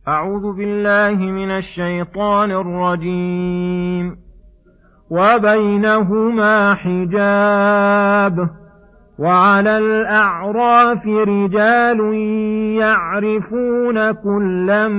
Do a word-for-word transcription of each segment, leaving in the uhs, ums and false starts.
أعوذ بالله من الشيطان الرجيم. وبينهما حجاب وعلى الأعراف رجال يعرفون كلا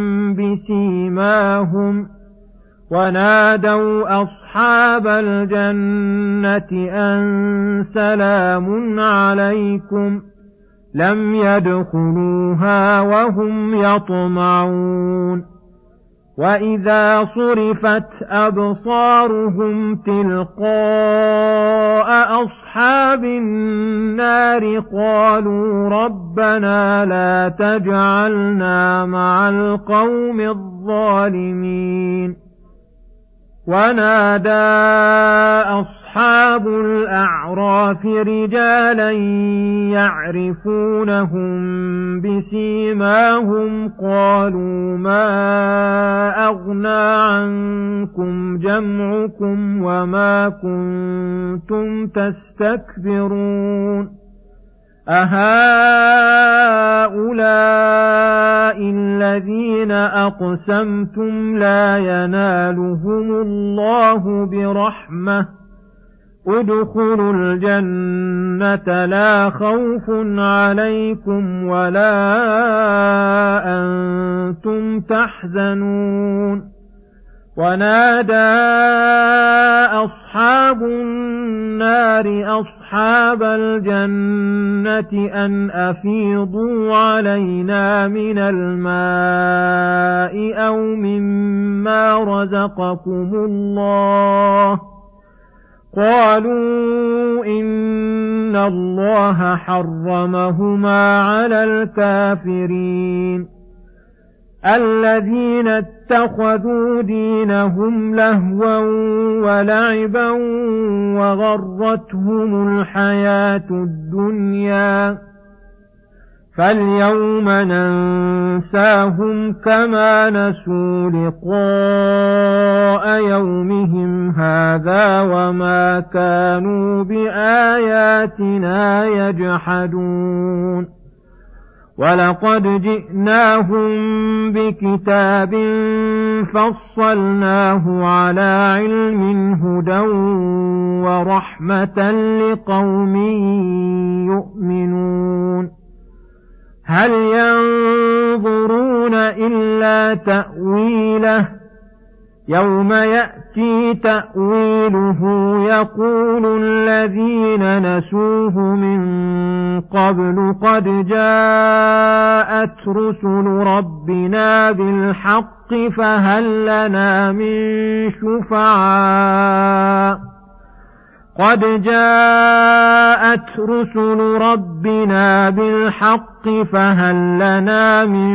بسيماهم ونادوا أصحاب الجنة أن سلام عليكم لم يدخلوها وهم يطمعون. وإذا صرفت أبصارهم تلقاء أصحاب النار قالوا ربنا لا تجعلنا مع القوم الظالمين. ونادى أصحاب الأعراف رجالا يعرفونهم بسيماهم قالوا ما أغنى عنكم جمعكم وما كنتم تستكبرون أهؤلاء الذين أقسمتم لا ينالهم الله برحمة ادخلوا الجنة لا خوف عليكم ولا أنتم تحزنون. ونادى أصحاب النار أصحاب الجنة أن أفيضوا علينا من الماء أو مما رزقكم الله قالوا إن الله حرمهما على الكافرين الذين اتخذوا دينهم لهوا ولعبا وغرتهم الحياة الدنيا فاليوم ننساهم كما نسوا لقاء يومهم هذا وما كانوا بآياتنا يجحدون. ولقد جئناهم بكتاب فصلناه على علم هدى ورحمة لقوم يؤمنون. هل ينظرون إلا تأويله يوم يأتي تأويله يقول الذين نسوه من قبل قد جاءت رسل ربنا بالحق فهل لنا من شفعاء قد جاءت رسل ربنا بالحق فهل لنا من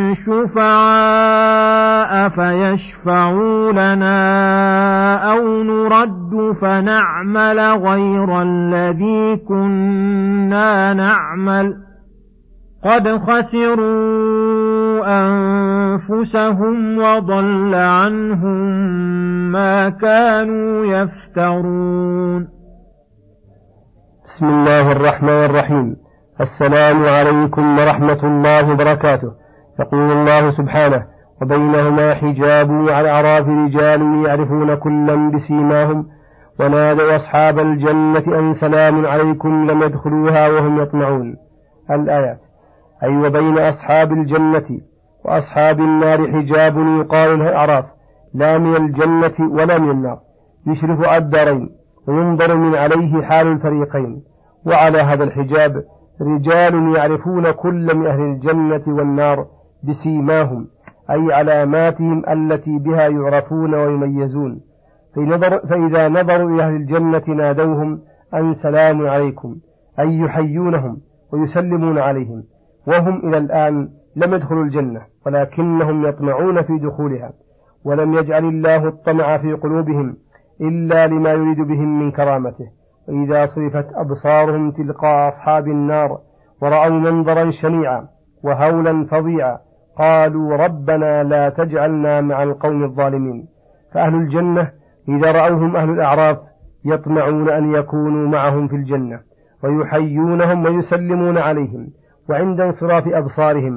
شفعاء فيشفعوا لنا أو نرد فنعمل غير الذي كنا نعمل قد خسروا أنفسهم وضل عنهم ما كانوا يفترون. بسم الله الرحمن الرحيم. السلام عليكم ورحمة الله وبركاته. يقول الله سبحانه وبينهما حجاب على الأعراف رجال يعرفون كلا بسيماهم ونادوا أصحاب الجنة أن سلام عليكم لم يدخلوها وهم يطمعون. الآيات. أي وبين أصحاب الجنة وأصحاب النار حجاب يقال له الأعراف لا من الجنة ولا من النار يشرف على الدارين وينظر من عليه حال الفريقين. وعلى هذا الحجاب رجال يعرفون كل من أهل الجنة والنار بسيماهم أي علاماتهم التي بها يعرفون ويميزون. فإذا نظروا إلى أهل الجنة نادوهم أن سلام عليكم أي يحيونهم ويسلمون عليهم وهم إلى الآن لم يدخلوا الجنة ولكنهم يطمعون في دخولها ولم يجعل الله الطمع في قلوبهم إلا لما يريد بهم من كرامته. وإذا صرفت أبصارهم تلقاء أصحاب النار ورأوا منظرا شنيعا وهولا فظيعا قالوا ربنا لا تجعلنا مع القوم الظالمين. فأهل الجنة إذا رأوهم أهل الأعراف يطمعون أن يكونوا معهم في الجنة ويحيونهم ويسلمون عليهم. وعند انصراف أبصارهم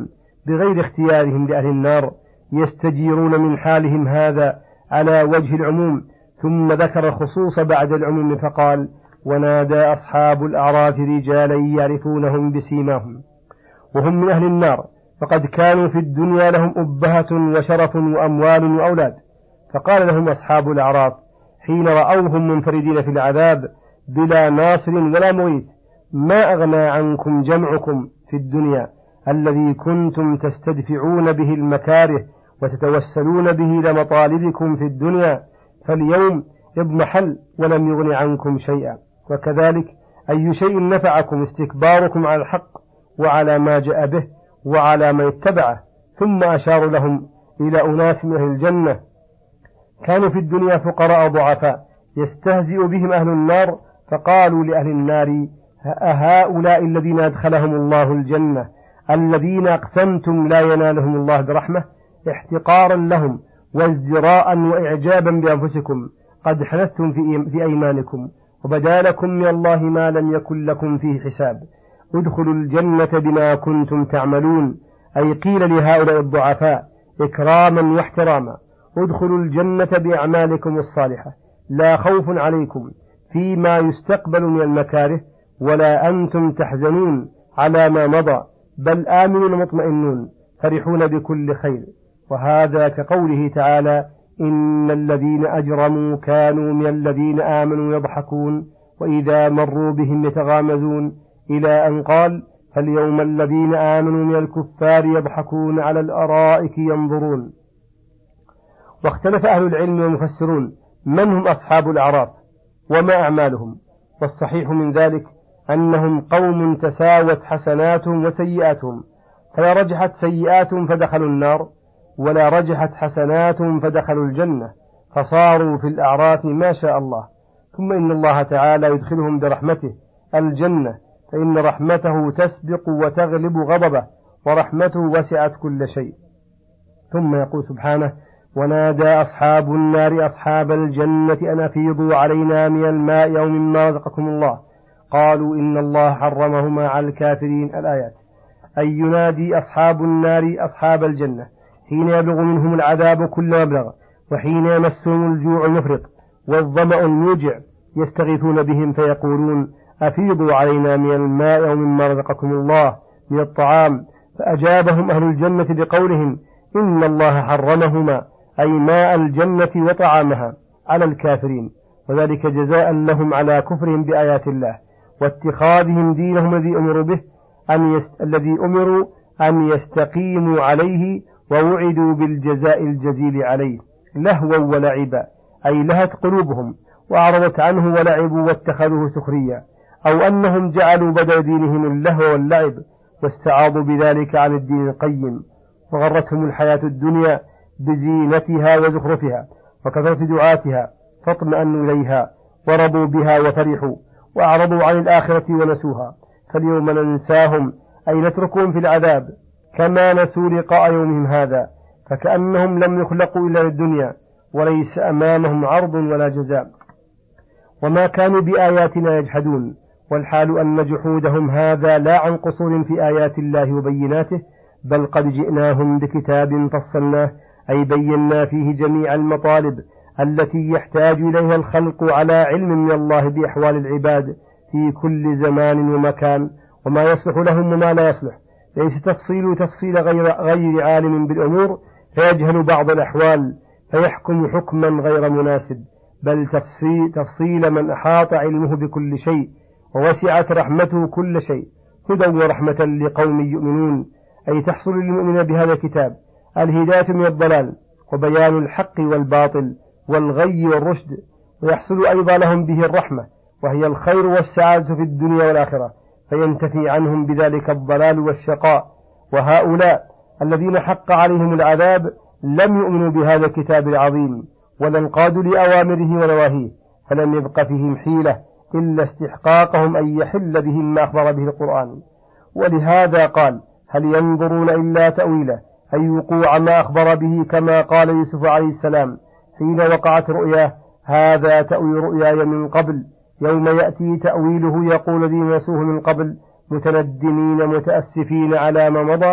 بغير اختيارهم لأهل النار يستجيرون من حالهم هذا على وجه العموم، ثم ذكر الخصوص بعد العموم فقال: ونادى أصحاب الأعراف رجالا يعرفونهم بسيماهم وهم من أهل النار، فقد كانوا في الدنيا لهم أبهة وشرف وأموال وأولاد. فقال لهم أصحاب الأعراف حين رأوهم منفردين في العذاب بلا ناصر ولا مغيث: ما أغنى عنكم جمعكم في الدنيا الذي كنتم تستدفعون به المكاره وتتوسلون به لمطالبكم في الدنيا، فاليوم اضمحل ولم يغن عنكم شيئا. وكذلك أي شيء نفعكم استكباركم على الحق وعلى ما جاء به وعلى ما اتبعه. ثم أشاروا لهم إلى أناس من أهل الجنة كانوا في الدنيا فقراء ضعفاء يستهزئ بهم أهل النار، فقالوا لأهل النار: أهؤلاء الذين أدخلهم الله الجنة الذين أقسمتم لا ينالهم الله برحمة، احتقارا لهم وازدراء وإعجابا بأنفسكم قد حنثتم في أيمانكم وبدا لكم من الله ما لم يكن لكم فيه حساب، ادخلوا الجنة بما كنتم تعملون. أي قيل لهؤلاء الضعفاء إكراما واحتراما: ادخلوا الجنة بأعمالكم الصالحة لا خوف عليكم فيما يستقبل من المكاره ولا أنتم تحزنون على ما مضى، بل آمنون مطمئنون فرحون بكل خير. وهذا كقوله تعالى: إن الذين أجرموا كانوا من الذين آمنوا يضحكون وإذا مروا بهم يتغامزون، إلى أن قال: فاليوم الذين آمنوا من الكفار يضحكون على الأرائك ينظرون. واختلف أهل العلم والمفسرون من هم أصحاب الأعراف وما أعمالهم، والصحيح من ذلك أنهم قوم تساوت حسناتهم وسيئاتهم، فلا رجحت سيئاتهم فدخلوا النار ولا رجحت حسناتهم فدخلوا الجنة، فصاروا في الأعراف ما شاء الله. ثم إن الله تعالى يدخلهم برحمته الجنة، فإن رحمته تسبق وتغلب غضبه ورحمته وسعت كل شيء. ثم يقول سبحانه: ونادى أصحاب النار أصحاب الجنة أن أفيضوا علينا من الماء أو مما رزقكم الله، قالوا إن الله حرمهما على الكافرين. الآيات. أي ينادي أصحاب النار أصحاب الجنة حين يبلغ منهم العذاب كل مبلغ، وحين يمسهم الجوع المفرط والظمأ الموجع يستغيثون بهم فيقولون: أفيضوا علينا من الماء أو مما رزقكم الله من الطعام، فأجابهم أهل الجنة بقولهم: إن الله حرمهما، أي ماء الجنة وطعامها، على الكافرين، وذلك جزاء لهم على كفرهم بآيات الله واتخاذهم دينهم الذي أمروا به أن يست... الذي أمروا أن يستقيموا عليه ووعدوا بالجزاء الجزيل عليه، لهوا ولعبا، أي لهت قلوبهم وأعرضت عنه ولعبوا واتخذوه سخريا، أو أنهم جعلوا بدل دينهم اللهو واللعب واستعاضوا بذلك عن الدين القيم، وغرتهم الحياة الدنيا بزينتها وزخرفها وكثرة دعاتها فاطمأنوا إليها ورضوا بها وفرحوا، وأعرضوا عن الآخرة ونسوها. فاليوم ننساهم، أي نتركهم في العذاب كما نسوا لقاء يومهم هذا، فكأنهم لم يخلقوا إلا للدنيا وليس أمامهم عرض ولا جزاء، وما كانوا بآياتنا يجحدون. والحال أن جحودهم هذا لا عن قصور في آيات الله وبيناته، بل قد جئناهم بكتاب فصلناه، أي بينا فيه جميع المطالب التي يحتاج إليها الخلق على علم من الله بأحوال العباد في كل زمان ومكان، وما يصلح لهم وما لا يصلح، ليس تفصيل تفصيل غير, غير عالم بالأمور فيجهل بعض الأحوال فيحكم حكما غير مناسب، بل تفصيل, تفصيل من أحاط علمه بكل شيء ووسعت رحمته كل شيء، هدى ورحمة لقوم يؤمنون، أي تحصل للمؤمن بهذا الكتاب الهداية من الضلال وبيان الحق والباطل والغي والرشد، ويحصل أيضا لهم به الرحمة وهي الخير والسعادة في الدنيا والآخرة، فينتفي عنهم بذلك الضلال والشقاء. وهؤلاء الذين حق عليهم العذاب لم يؤمنوا بهذا الكتاب العظيم ولا انقادوا لأوامره ونواهيه، فلم يبق فيهم حيلة إلا استحقاقهم أن يحل بهم ما أخبر به القرآن. ولهذا قال: هل ينظرون إلا تأويله، أي وقوع ما أخبر به، كما قال يوسف عليه السلام حين وقعت رؤياه: هذا تأويل رؤياي من قبل، يوم يأتي تأويله يقول الذين نسوه من قبل متندمين متأسفين على ما مضى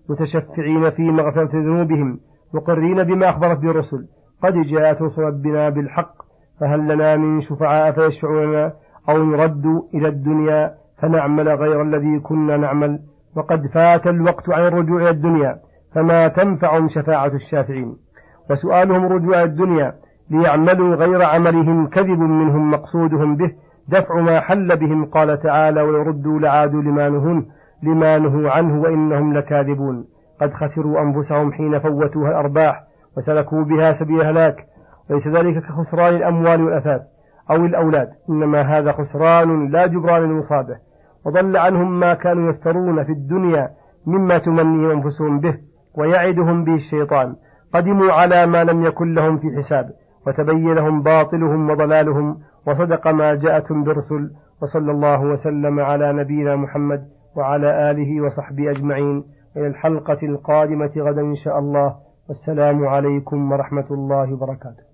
متشفعين في مغفرة ذنوبهم مقرين بما أخبرت به الرسل. قد جاءت رسل ربنا بالحق فهل لنا من شفعاء فيشفعوا لنا أو نرد إلى الدنيا فنعمل غير الذي كنا نعمل. وقد فات الوقت عن الرجوع إلى الدنيا فما تنفعهم شفاعة الشافعين. وسؤالهم رجوع إلى الدنيا ليعملوا غير عملهم كذب منهم مقصودهم به دفع ما حل بهم. قال تعالى ويردوا لعادوا لما نهوا لما نهوا عنه وإنهم لكاذبون. قد خسروا أنفسهم حين فوتوها الأرباح وسلكوا بها سبيل هلاك. ليس ذلك كخسران الأموال والأثاث أو الأولاد، إنما هذا خسران لا جبران لمصابه. وضل عنهم ما كانوا يفترون في الدنيا مما تمني أنفسهم به ويعدهم به الشيطان. قدموا على ما لم يكن لهم في حساب وتبين لهم باطلهم وضلالهم وصدق ما جاءتهم برسل. وصلى الله وسلم على نبينا محمد وعلى آله وصحبه أجمعين. إلى الحلقة القادمة غدا إن شاء الله. والسلام عليكم ورحمة الله وبركاته.